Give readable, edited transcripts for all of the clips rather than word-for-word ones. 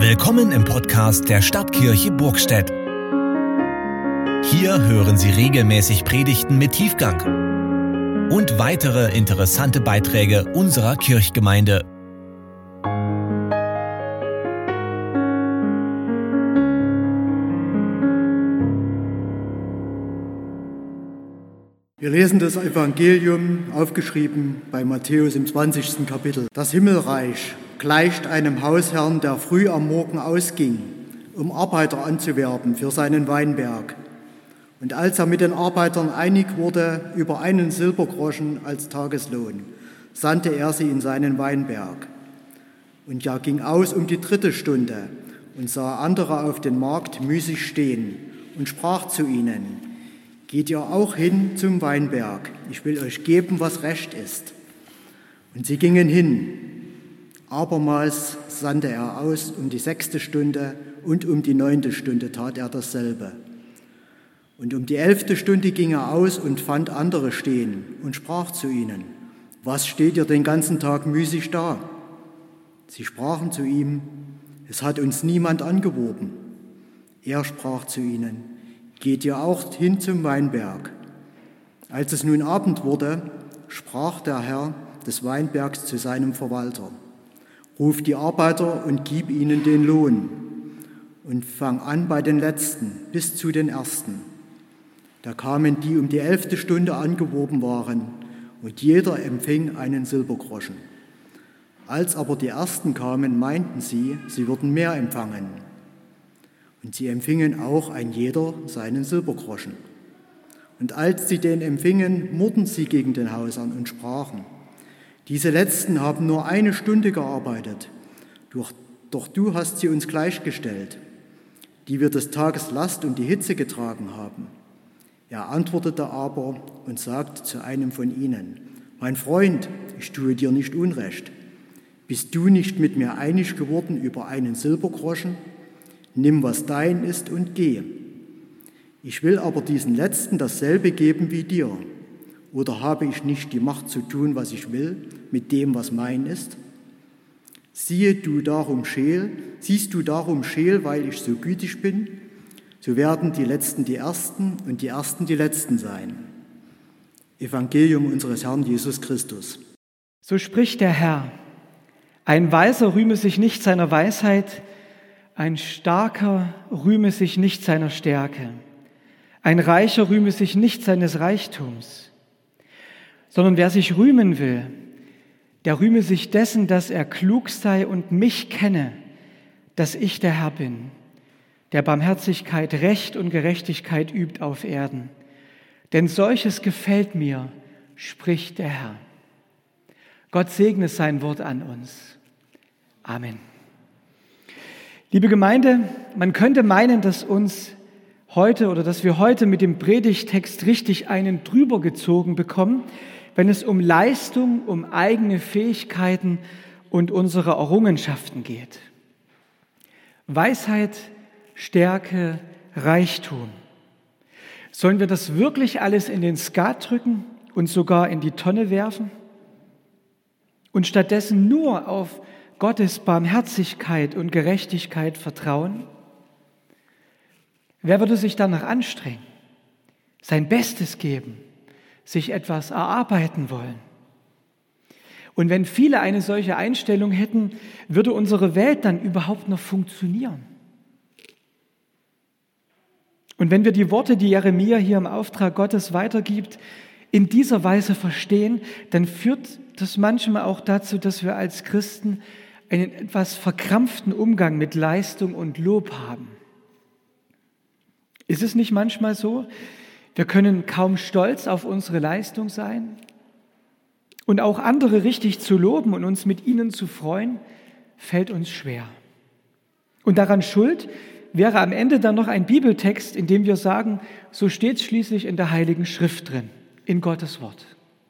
Willkommen im Podcast der Stadtkirche Burgstedt. Hier hören Sie regelmäßig Predigten mit Tiefgang und weitere interessante Beiträge unserer Kirchgemeinde. Wir lesen das Evangelium, aufgeschrieben bei Matthäus im 20. Kapitel. Das Himmelreich gleicht einem Hausherrn, der früh am Morgen ausging, um Arbeiter anzuwerben für seinen Weinberg. Und als er mit den Arbeitern einig wurde über einen Silbergroschen als Tageslohn, sandte er sie in seinen Weinberg. Und er ging aus um die 3. Stunde und sah andere auf dem Markt müßig stehen und sprach zu ihnen: Geht ihr auch hin zum Weinberg, ich will euch geben, was recht ist. Und sie gingen hin. Abermals sandte er aus um die 6. Stunde und um die 9. Stunde tat er dasselbe. Und um die 11. Stunde ging er aus und fand andere stehen und sprach zu ihnen: Was steht ihr den ganzen Tag müßig da? Sie sprachen zu ihm: Es hat uns niemand angeworben. Er sprach zu ihnen: Geht ihr auch hin zum Weinberg? Als es nun Abend wurde, sprach der Herr des Weinbergs zu seinem Verwalter: Ruf die Arbeiter und gib ihnen den Lohn und fang an bei den Letzten bis zu den Ersten. Da kamen die um die 11. Stunde angeworben waren, und jeder empfing einen Silbergroschen. Als aber die Ersten kamen, meinten sie würden mehr empfangen. Und sie empfingen auch ein jeder seinen Silbergroschen. Und als sie den empfingen, murrten sie gegen den Hausherrn und sprachen: Diese Letzten haben nur 1 Stunde gearbeitet, doch du hast sie uns gleichgestellt, die wir des Tages Last und die Hitze getragen haben. Er antwortete aber und sagte zu einem von ihnen: Mein Freund, ich tue dir nicht Unrecht. Bist du nicht mit mir einig geworden über einen Silbergroschen? Nimm, was dein ist, und geh. Ich will aber diesen Letzten dasselbe geben wie dir. Oder habe ich nicht die Macht zu tun, was ich will, mit dem, was mein ist? Siehst du darum scheel, weil ich so gütig bin? So werden die Letzten die Ersten und die Ersten die Letzten sein. Evangelium unseres Herrn Jesus Christus. So spricht der Herr: Ein Weiser rühme sich nicht seiner Weisheit, ein Starker rühme sich nicht seiner Stärke, ein Reicher rühme sich nicht seines Reichtums, sondern wer sich rühmen will, der rühme sich dessen, dass er klug sei und mich kenne, dass ich der Herr bin, der Barmherzigkeit, Recht und Gerechtigkeit übt auf Erden. Denn solches gefällt mir, spricht der Herr. Gott segne sein Wort an uns. Amen. Liebe Gemeinde, man könnte meinen, dass wir heute mit dem Predigtext richtig einen drüber gezogen bekommen, wenn es um Leistung, um eigene Fähigkeiten und unsere Errungenschaften geht. Weisheit, Stärke, Reichtum. Sollen wir das wirklich alles in den Skat drücken und sogar in die Tonne werfen? Und stattdessen nur auf Gottes Barmherzigkeit und Gerechtigkeit vertrauen? Wer würde sich danach anstrengen, sein Bestes geben, sich etwas erarbeiten wollen? Und wenn viele eine solche Einstellung hätten, würde unsere Welt dann überhaupt noch funktionieren? Und wenn wir die Worte, die Jeremia hier im Auftrag Gottes weitergibt, in dieser Weise verstehen, dann führt das manchmal auch dazu, dass wir als Christen einen etwas verkrampften Umgang mit Leistung und Lob haben. Ist es nicht manchmal so? Wir können kaum stolz auf unsere Leistung sein und auch andere richtig zu loben und uns mit ihnen zu freuen, fällt uns schwer. Und daran schuld wäre am Ende dann noch ein Bibeltext, in dem wir sagen, so steht es schließlich in der Heiligen Schrift drin, in Gottes Wort.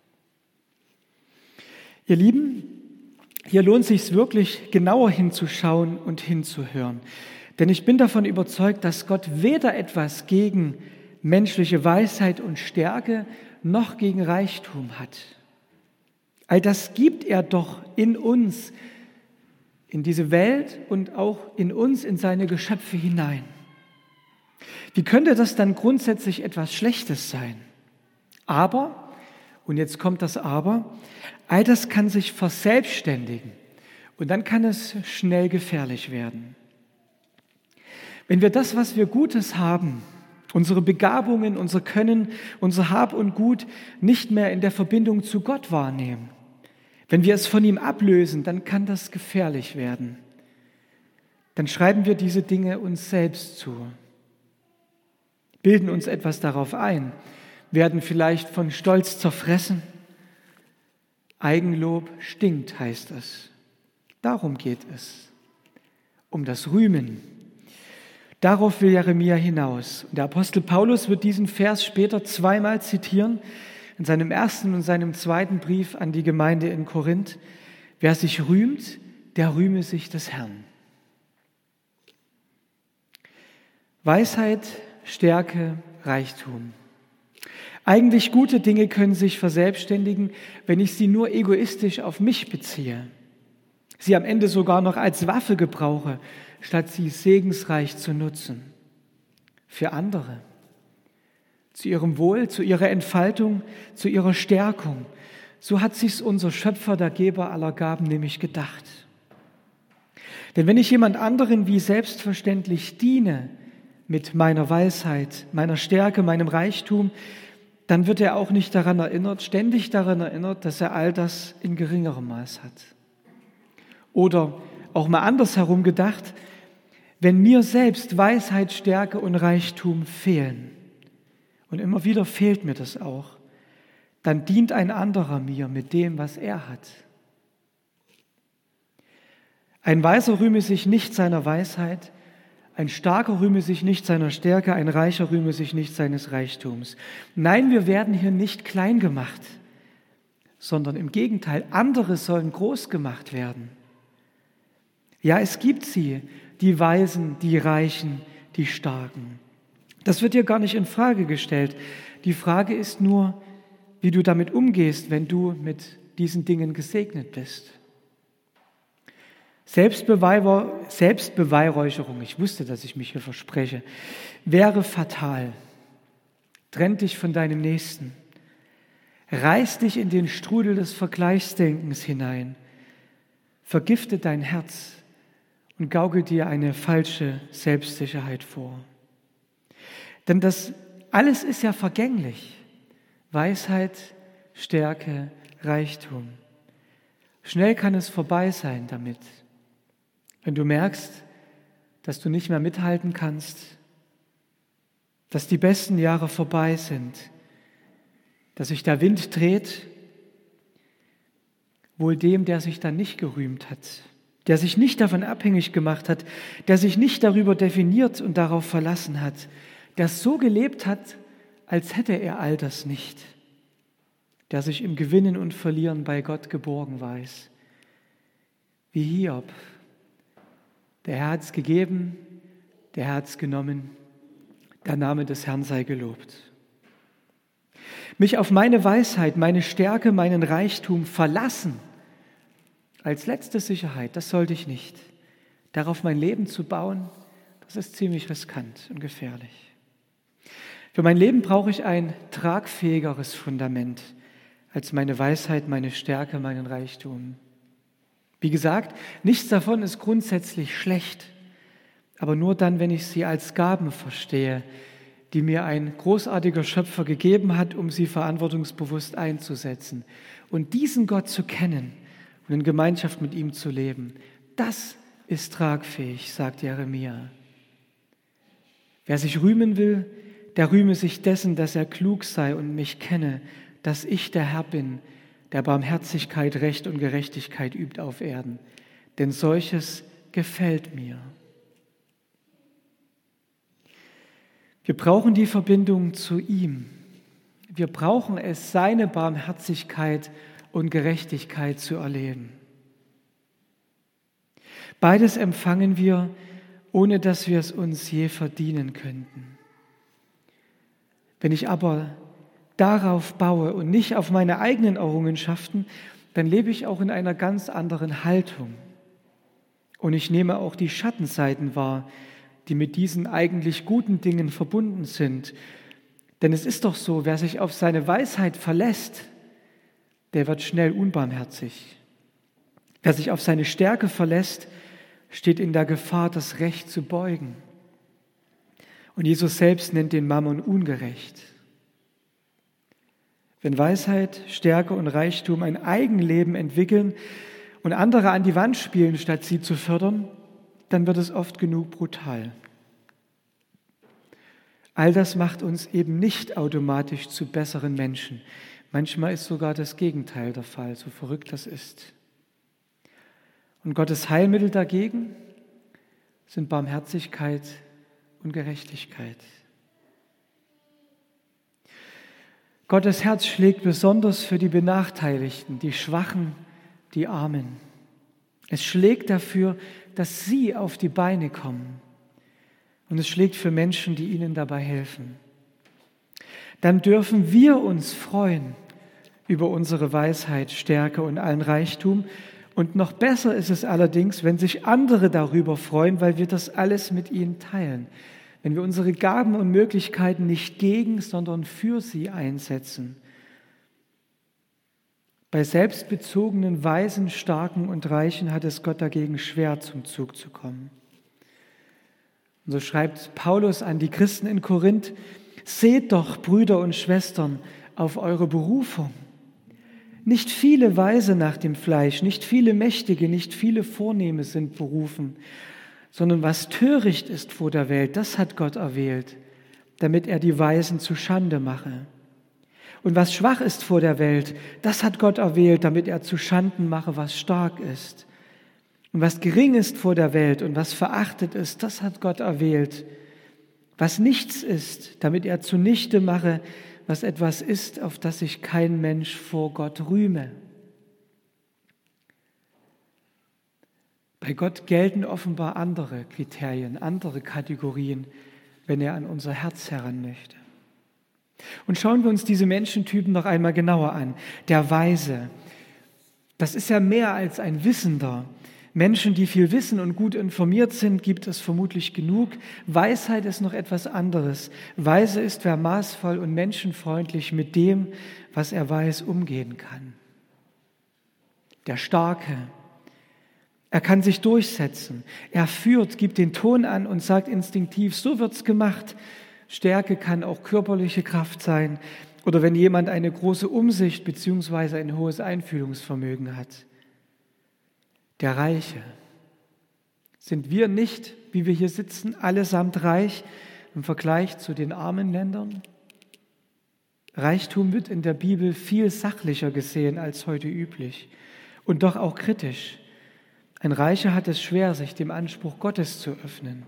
Ihr Lieben, hier lohnt es sich wirklich, genauer hinzuschauen und hinzuhören. Denn ich bin davon überzeugt, dass Gott weder etwas gegen menschliche Weisheit und Stärke noch gegen Reichtum hat. All das gibt er doch in uns in diese Welt und auch in uns, in seine Geschöpfe hinein. Wie könnte das dann grundsätzlich etwas Schlechtes sein? Aber, und jetzt kommt das Aber, all das kann sich verselbstständigen und dann kann es schnell gefährlich werden. Wenn wir das, was wir Gutes haben, unsere Begabungen, unser Können, unser Hab und Gut nicht mehr in der Verbindung zu Gott wahrnehmen, wenn wir es von ihm ablösen, dann kann das gefährlich werden. Dann schreiben wir diese Dinge uns selbst zu, bilden uns etwas darauf ein, werden vielleicht von Stolz zerfressen. Eigenlob stinkt, heißt es. Darum geht es, um das Rühmen. Darauf will Jeremia hinaus. Und der Apostel Paulus wird diesen Vers später zweimal zitieren, in seinem ersten und seinem zweiten Brief an die Gemeinde in Korinth. Wer sich rühmt, der rühme sich des Herrn. Weisheit, Stärke, Reichtum. Eigentlich gute Dinge können sich verselbstständigen, wenn ich sie nur egoistisch auf mich beziehe, sie am Ende sogar noch als Waffe gebrauche, statt sie segensreich zu nutzen. Für andere. Zu ihrem Wohl, zu ihrer Entfaltung, zu ihrer Stärkung. So hat sich's unser Schöpfer, der Geber aller Gaben, nämlich gedacht. Denn wenn ich jemand anderen wie selbstverständlich diene, mit meiner Weisheit, meiner Stärke, meinem Reichtum, dann wird er auch nicht daran erinnert, ständig daran erinnert, dass er all das in geringerem Maß hat. Oder auch mal andersherum gedacht, wenn mir selbst Weisheit, Stärke und Reichtum fehlen, und immer wieder fehlt mir das auch, dann dient ein anderer mir mit dem, was er hat. Ein Weiser rühme sich nicht seiner Weisheit, ein Starker rühme sich nicht seiner Stärke, ein Reicher rühme sich nicht seines Reichtums. Nein, wir werden hier nicht klein gemacht, sondern im Gegenteil, andere sollen groß gemacht werden. Ja, es gibt sie, die Weisen, die Reichen, die Starken. Das wird dir gar nicht in Frage gestellt. Die Frage ist nur, wie du damit umgehst, wenn du mit diesen Dingen gesegnet bist. Selbstbeweihräucherung, ich wusste, dass ich mich hier verspreche, wäre fatal. Trennt dich von deinem Nächsten. Reiß dich in den Strudel des Vergleichsdenkens hinein. Vergifte dein Herz und gaukel dir eine falsche Selbstsicherheit vor. Denn das alles ist ja vergänglich. Weisheit, Stärke, Reichtum. Schnell kann es vorbei sein damit. Wenn du merkst, dass du nicht mehr mithalten kannst, dass die besten Jahre vorbei sind, dass sich der Wind dreht, wohl dem, der sich dann nicht gerühmt hat, der sich nicht davon abhängig gemacht hat, der sich nicht darüber definiert und darauf verlassen hat, der so gelebt hat, als hätte er all das nicht, der sich im Gewinnen und Verlieren bei Gott geborgen weiß. Wie Hiob. Der Herr hat es gegeben, der Herr hat es genommen, der Name des Herrn sei gelobt. Mich auf meine Weisheit, meine Stärke, meinen Reichtum verlassen, als letzte Sicherheit, das sollte ich nicht. Darauf mein Leben zu bauen, das ist ziemlich riskant und gefährlich. Für mein Leben brauche ich ein tragfähigeres Fundament als meine Weisheit, meine Stärke, meinen Reichtum. Wie gesagt, nichts davon ist grundsätzlich schlecht, aber nur dann, wenn ich sie als Gaben verstehe, die mir ein großartiger Schöpfer gegeben hat, um sie verantwortungsbewusst einzusetzen. Und diesen Gott zu kennen und in Gemeinschaft mit ihm zu leben, das ist tragfähig, sagt Jeremia. Wer sich rühmen will, der rühme sich dessen, dass er klug sei und mich kenne, dass ich der Herr bin, der Barmherzigkeit, Recht und Gerechtigkeit übt auf Erden. Denn solches gefällt mir. Wir brauchen die Verbindung zu ihm. Wir brauchen es, seine Barmherzigkeit und Gerechtigkeit zu erleben. Beides empfangen wir, ohne dass wir es uns je verdienen könnten. Wenn ich aber darauf baue und nicht auf meine eigenen Errungenschaften, dann lebe ich auch in einer ganz anderen Haltung. Und ich nehme auch die Schattenseiten wahr, die mit diesen eigentlich guten Dingen verbunden sind. Denn es ist doch so, wer sich auf seine Weisheit verlässt, der wird schnell unbarmherzig. Wer sich auf seine Stärke verlässt, steht in der Gefahr, das Recht zu beugen. Und Jesus selbst nennt den Mammon ungerecht. Wenn Weisheit, Stärke und Reichtum ein Eigenleben entwickeln und andere an die Wand spielen, statt sie zu fördern, dann wird es oft genug brutal. All das macht uns eben nicht automatisch zu besseren Menschen. Manchmal ist sogar das Gegenteil der Fall, so verrückt das ist. Und Gottes Heilmittel dagegen sind Barmherzigkeit und Gerechtigkeit. Gottes Herz schlägt besonders für die Benachteiligten, die Schwachen, die Armen. Es schlägt dafür, dass sie auf die Beine kommen. Und es schlägt für Menschen, die ihnen dabei helfen. Dann dürfen wir uns freuen über unsere Weisheit, Stärke und allen Reichtum. Und noch besser ist es allerdings, wenn sich andere darüber freuen, weil wir das alles mit ihnen teilen. Wenn wir unsere Gaben und Möglichkeiten nicht gegen, sondern für sie einsetzen. Bei selbstbezogenen, Weisen, Starken und Reichen hat es Gott dagegen schwer, zum Zug zu kommen. Und so schreibt Paulus an die Christen in Korinth: Seht doch, Brüder und Schwestern, auf eure Berufung. Nicht viele Weise nach dem Fleisch, nicht viele Mächtige, nicht viele Vornehme sind berufen, sondern was töricht ist vor der Welt, das hat Gott erwählt, damit er die Weisen zu Schande mache. Und was schwach ist vor der Welt, das hat Gott erwählt, damit er zu Schanden mache, was stark ist. Und was gering ist vor der Welt und was verachtet ist, das hat Gott erwählt. Was nichts ist, damit er zunichte mache, was etwas ist, auf das sich kein Mensch vor Gott rühme. Bei Gott gelten offenbar andere Kriterien, andere Kategorien, wenn er an unser Herz heran möchte. Und schauen wir uns diese Menschentypen noch einmal genauer an. Der Weise, das ist ja mehr als ein Wissender. Menschen, die viel wissen und gut informiert sind, gibt es vermutlich genug. Weisheit ist noch etwas anderes. Weise ist, wer maßvoll und menschenfreundlich mit dem, was er weiß, umgehen kann. Der Starke, er kann sich durchsetzen. Er führt, gibt den Ton an und sagt instinktiv, so wird's gemacht. Stärke kann auch körperliche Kraft sein oder wenn jemand eine große Umsicht bzw. ein hohes Einfühlungsvermögen hat. Der Reiche. Sind wir nicht, wie wir hier sitzen, allesamt reich im Vergleich zu den armen Ländern? Reichtum wird in der Bibel viel sachlicher gesehen als heute üblich und doch auch kritisch. Ein Reicher hat es schwer, sich dem Anspruch Gottes zu öffnen.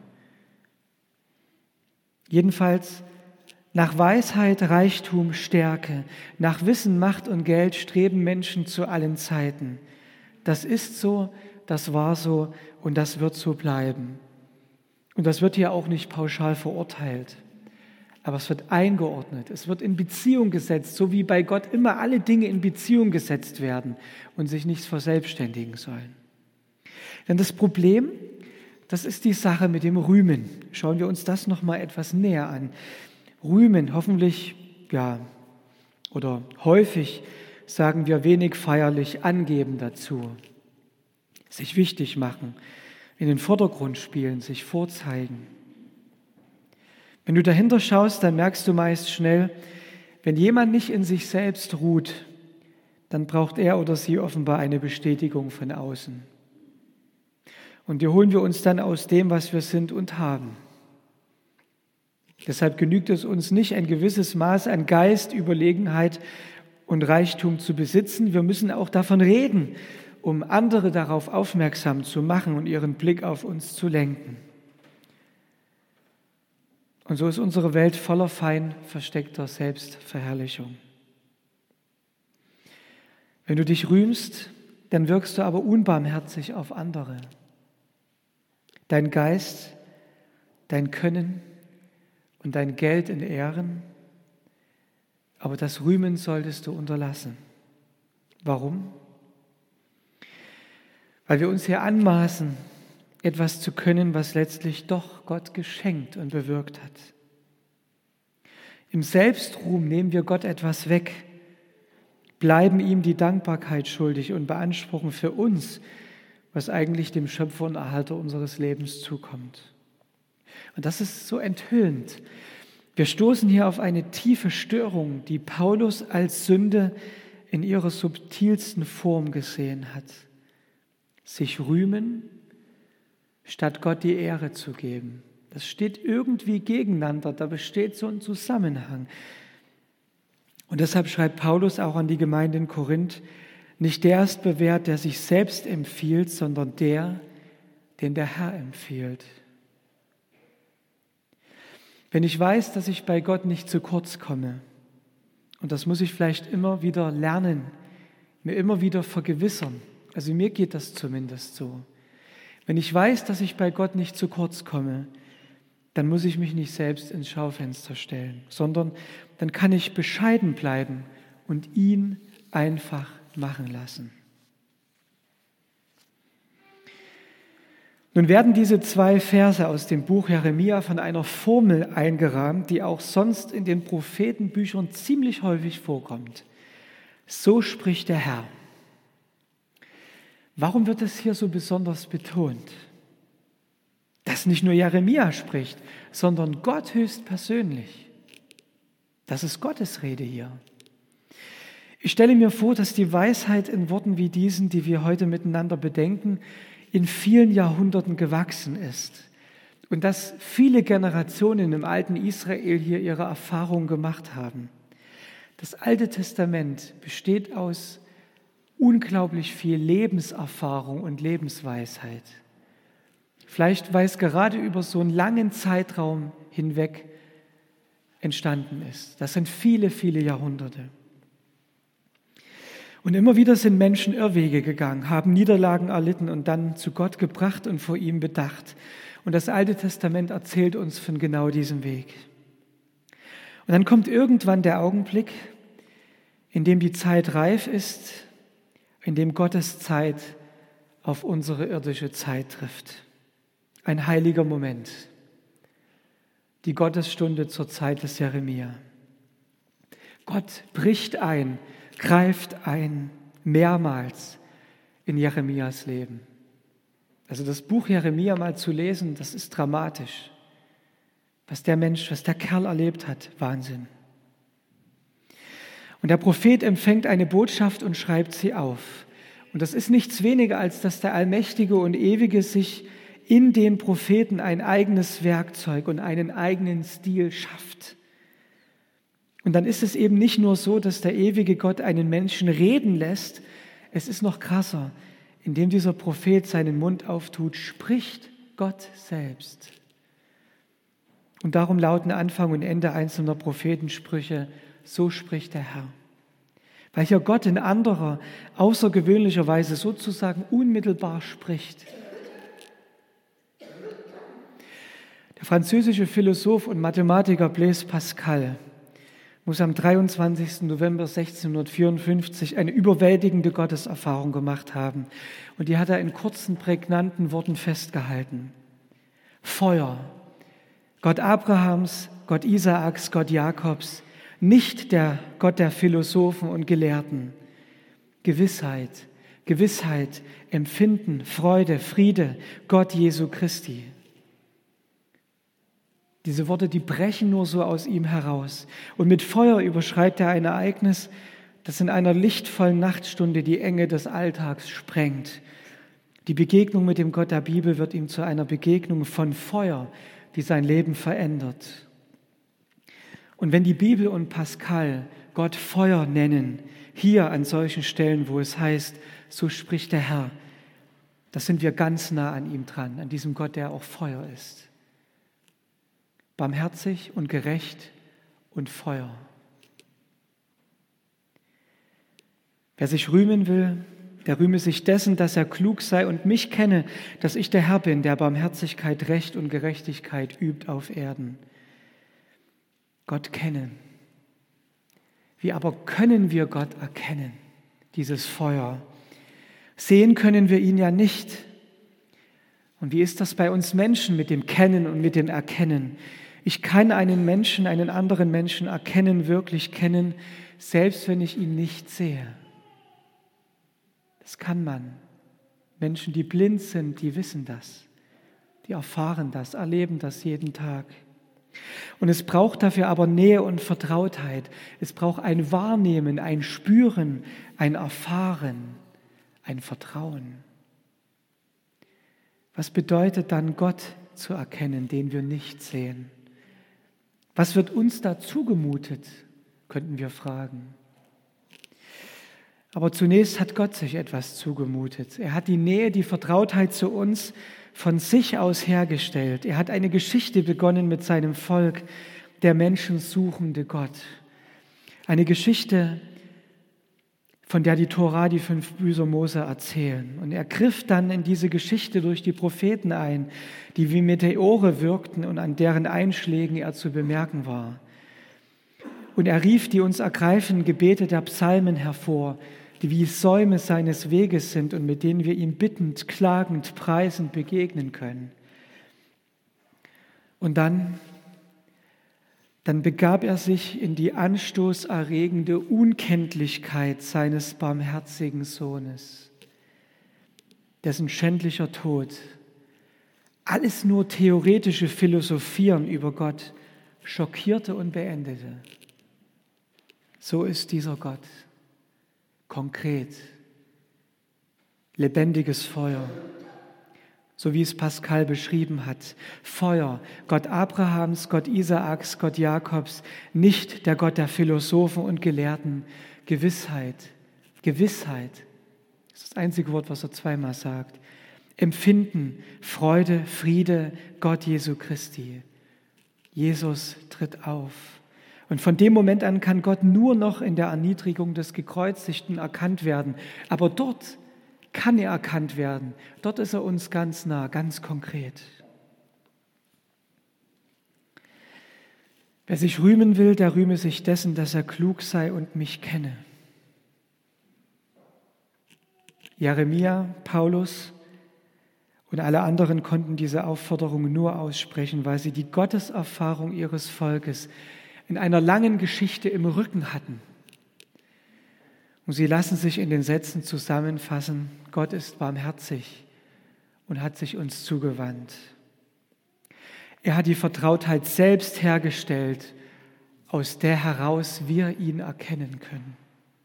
Jedenfalls nach Weisheit, Reichtum, Stärke, nach Wissen, Macht und Geld streben Menschen zu allen Zeiten. Das ist so, das war so und das wird so bleiben. Und das wird hier auch nicht pauschal verurteilt. Aber es wird eingeordnet, es wird in Beziehung gesetzt, so wie bei Gott immer alle Dinge in Beziehung gesetzt werden und sich nicht verselbstständigen sollen. Denn das Problem, das ist die Sache mit dem Rühmen. Schauen wir uns das noch mal etwas näher an. Rühmen, hoffentlich, oder häufig sagen wir wenig feierlich angeben dazu. Sich wichtig machen, in den Vordergrund spielen, sich vorzeigen. Wenn du dahinter schaust, dann merkst du meist schnell, wenn jemand nicht in sich selbst ruht, dann braucht er oder sie offenbar eine Bestätigung von außen. Und die holen wir uns dann aus dem, was wir sind und haben. Deshalb genügt es uns nicht, ein gewisses Maß an Geist, Überlegenheit und Reichtum zu besitzen. Wir müssen auch davon reden, um andere darauf aufmerksam zu machen und ihren Blick auf uns zu lenken. Und so ist unsere Welt voller fein versteckter Selbstverherrlichung. Wenn du dich rühmst, dann wirkst du aber unbarmherzig auf andere. Dein Geist, dein Können und dein Geld in Ehren, aber das Rühmen solltest du unterlassen. Warum? Weil wir uns hier anmaßen, etwas zu können, was letztlich doch Gott geschenkt und bewirkt hat. Im Selbstruhm nehmen wir Gott etwas weg, bleiben ihm die Dankbarkeit schuldig und beanspruchen für uns, was eigentlich dem Schöpfer und Erhalter unseres Lebens zukommt. Und das ist so enthüllend. Wir stoßen hier auf eine tiefe Störung, die Paulus als Sünde in ihrer subtilsten Form gesehen hat. Sich rühmen, statt Gott die Ehre zu geben. Das steht irgendwie gegeneinander, da besteht so ein Zusammenhang. Und deshalb schreibt Paulus auch an die Gemeinde in Korinth, nicht der ist bewährt, der sich selbst empfiehlt, sondern der, den der Herr empfiehlt. Wenn ich weiß, dass ich bei Gott nicht zu kurz komme, und das muss ich vielleicht immer wieder lernen, mir immer wieder vergewissern, also mir geht das zumindest so. Wenn ich weiß, dass ich bei Gott nicht zu kurz komme, dann muss ich mich nicht selbst ins Schaufenster stellen, sondern dann kann ich bescheiden bleiben und ihn einfach machen lassen. Nun werden diese 2 Verse aus dem Buch Jeremia von einer Formel eingerahmt, die auch sonst in den Prophetenbüchern ziemlich häufig vorkommt. So spricht der Herr. Warum wird es hier so besonders betont? Dass nicht nur Jeremia spricht, sondern Gott höchstpersönlich. Das ist Gottes Rede hier. Ich stelle mir vor, dass die Weisheit in Worten wie diesen, die wir heute miteinander bedenken, in vielen Jahrhunderten gewachsen ist und dass viele Generationen im alten Israel hier ihre Erfahrungen gemacht haben. Das Alte Testament besteht aus unglaublich viel Lebenserfahrung und Lebensweisheit. Vielleicht, weil es gerade über so einen langen Zeitraum hinweg entstanden ist. Das sind viele, viele Jahrhunderte. Und immer wieder sind Menschen Irrwege gegangen, haben Niederlagen erlitten und dann zu Gott gebracht und vor ihm bedacht. Und das Alte Testament erzählt uns von genau diesem Weg. Und dann kommt irgendwann der Augenblick, in dem die Zeit reif ist, in dem Gottes Zeit auf unsere irdische Zeit trifft. Ein heiliger Moment. Die Gottesstunde zur Zeit des Jeremia. Gott bricht ein, greift ein, mehrmals in Jeremias Leben. Also das Buch Jeremia mal zu lesen, das ist dramatisch. Was der Mensch, was der Kerl erlebt hat, Wahnsinn. Und der Prophet empfängt eine Botschaft und schreibt sie auf. Und das ist nichts weniger, als dass der Allmächtige und Ewige sich in den Propheten ein eigenes Werkzeug und einen eigenen Stil schafft. Und dann ist es eben nicht nur so, dass der ewige Gott einen Menschen reden lässt, es ist noch krasser. Indem dieser Prophet seinen Mund auftut, spricht Gott selbst. Und darum lauten Anfang und Ende einzelner Prophetensprüche, so spricht der Herr. Weil hier Gott in anderer, außergewöhnlicher Weise sozusagen unmittelbar spricht. Der französische Philosoph und Mathematiker Blaise Pascal muss am 23. November 1654 eine überwältigende Gotteserfahrung gemacht haben. Und die hat er in kurzen, prägnanten Worten festgehalten. Feuer, Gott Abrahams, Gott Isaaks, Gott Jakobs, nicht der Gott der Philosophen und Gelehrten. Gewissheit, Empfinden, Freude, Friede, Gott Jesu Christi. Diese Worte, die brechen nur so aus ihm heraus. Und mit Feuer überschreibt er ein Ereignis, das in einer lichtvollen Nachtstunde die Enge des Alltags sprengt. Die Begegnung mit dem Gott der Bibel wird ihm zu einer Begegnung von Feuer, die sein Leben verändert. Und wenn die Bibel und Pascal Gott Feuer nennen, hier an solchen Stellen, wo es heißt, so spricht der Herr, das sind wir ganz nah an ihm dran, an diesem Gott, der auch Feuer ist. Barmherzig und gerecht und Feuer. Wer sich rühmen will, der rühme sich dessen, dass er klug sei und mich kenne, dass ich der Herr bin, der Barmherzigkeit, Recht und Gerechtigkeit übt auf Erden. Gott kennen. Wie aber können wir Gott erkennen, dieses Feuer? Sehen können wir ihn ja nicht. Und wie ist das bei uns Menschen mit dem Kennen und mit dem Erkennen? Ich kann einen Menschen, einen anderen Menschen erkennen, wirklich kennen, selbst wenn ich ihn nicht sehe. Das kann man. Menschen, die blind sind, die wissen das. Die erfahren das, erleben das jeden Tag. Und es braucht dafür aber Nähe und Vertrautheit. Es braucht ein Wahrnehmen, ein Spüren, ein Erfahren, ein Vertrauen. Was bedeutet dann, Gott zu erkennen, den wir nicht sehen? Was wird uns da zugemutet, könnten wir fragen. Aber zunächst hat Gott sich etwas zugemutet. Er hat die Nähe, die Vertrautheit zu uns von sich aus hergestellt. Er hat eine Geschichte begonnen mit seinem Volk, der menschensuchende Gott. Eine Geschichte, von der die Tora, die 5 Bücher Mose erzählen. Und er griff dann in diese Geschichte durch die Propheten ein, die wie Meteore wirkten und an deren Einschlägen er zu bemerken war. Und er rief die uns ergreifenden Gebete der Psalmen hervor, die wie Säume seines Weges sind und mit denen wir ihm bittend, klagend, preisend begegnen können. Und dann begab er sich in die anstoßerregende Unkenntlichkeit seines barmherzigen Sohnes, dessen schändlicher Tod, alles nur theoretische Philosophieren über Gott, schockierte und beendete. So ist dieser Gott. Konkret, lebendiges Feuer, so wie es Pascal beschrieben hat. Feuer, Gott Abrahams, Gott Isaaks, Gott Jakobs, nicht der Gott der Philosophen und Gelehrten. Gewissheit, Gewissheit, das ist das einzige Wort, was er zweimal sagt. Empfinden, Freude, Friede, Gott Jesu Christi. Jesus tritt auf. Und von dem Moment an kann Gott nur noch in der Erniedrigung des Gekreuzigten erkannt werden. Aber dort kann er erkannt werden. Dort ist er uns ganz nah, ganz konkret. Wer sich rühmen will, der rühme sich dessen, dass er klug sei und mich kenne. Jeremia, Paulus und alle anderen konnten diese Aufforderung nur aussprechen, weil sie die Gotteserfahrung ihres Volkes in einer langen Geschichte im Rücken hatten. Und sie lassen sich in den Sätzen zusammenfassen: Gott ist barmherzig und hat sich uns zugewandt. Er hat die Vertrautheit selbst hergestellt, aus der heraus wir ihn erkennen können.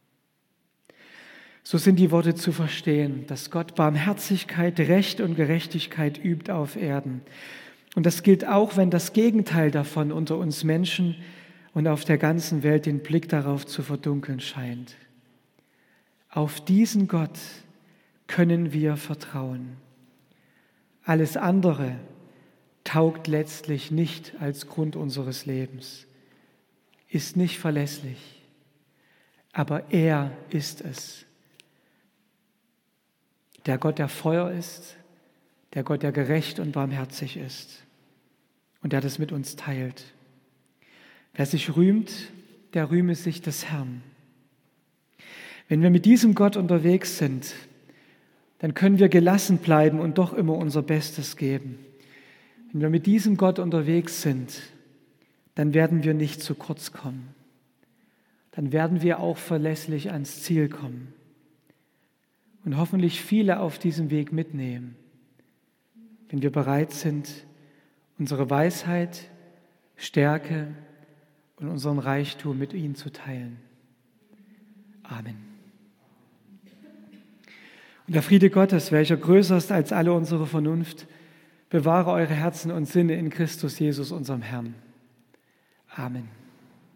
So sind die Worte zu verstehen, dass Gott Barmherzigkeit, Recht und Gerechtigkeit übt auf Erden. Und das gilt auch, wenn das Gegenteil davon unter uns Menschen und auf der ganzen Welt den Blick darauf zu verdunkeln scheint. Auf diesen Gott können wir vertrauen. Alles andere taugt letztlich nicht als Grund unseres Lebens, ist nicht verlässlich, aber er ist es. Der Gott, der Feuer ist, der Gott, der gerecht und barmherzig ist und der das mit uns teilt. Wer sich rühmt, der rühme sich des Herrn. Wenn wir mit diesem Gott unterwegs sind, dann können wir gelassen bleiben und doch immer unser Bestes geben. Wenn wir mit diesem Gott unterwegs sind, dann werden wir nicht zu kurz kommen. Dann werden wir auch verlässlich ans Ziel kommen und hoffentlich viele auf diesem Weg mitnehmen, wenn wir bereit sind, unsere Weisheit, Stärke und unseren Reichtum mit ihnen zu teilen. Amen. Und der Friede Gottes, welcher größer ist als alle unsere Vernunft, bewahre eure Herzen und Sinne in Christus Jesus, unserem Herrn. Amen.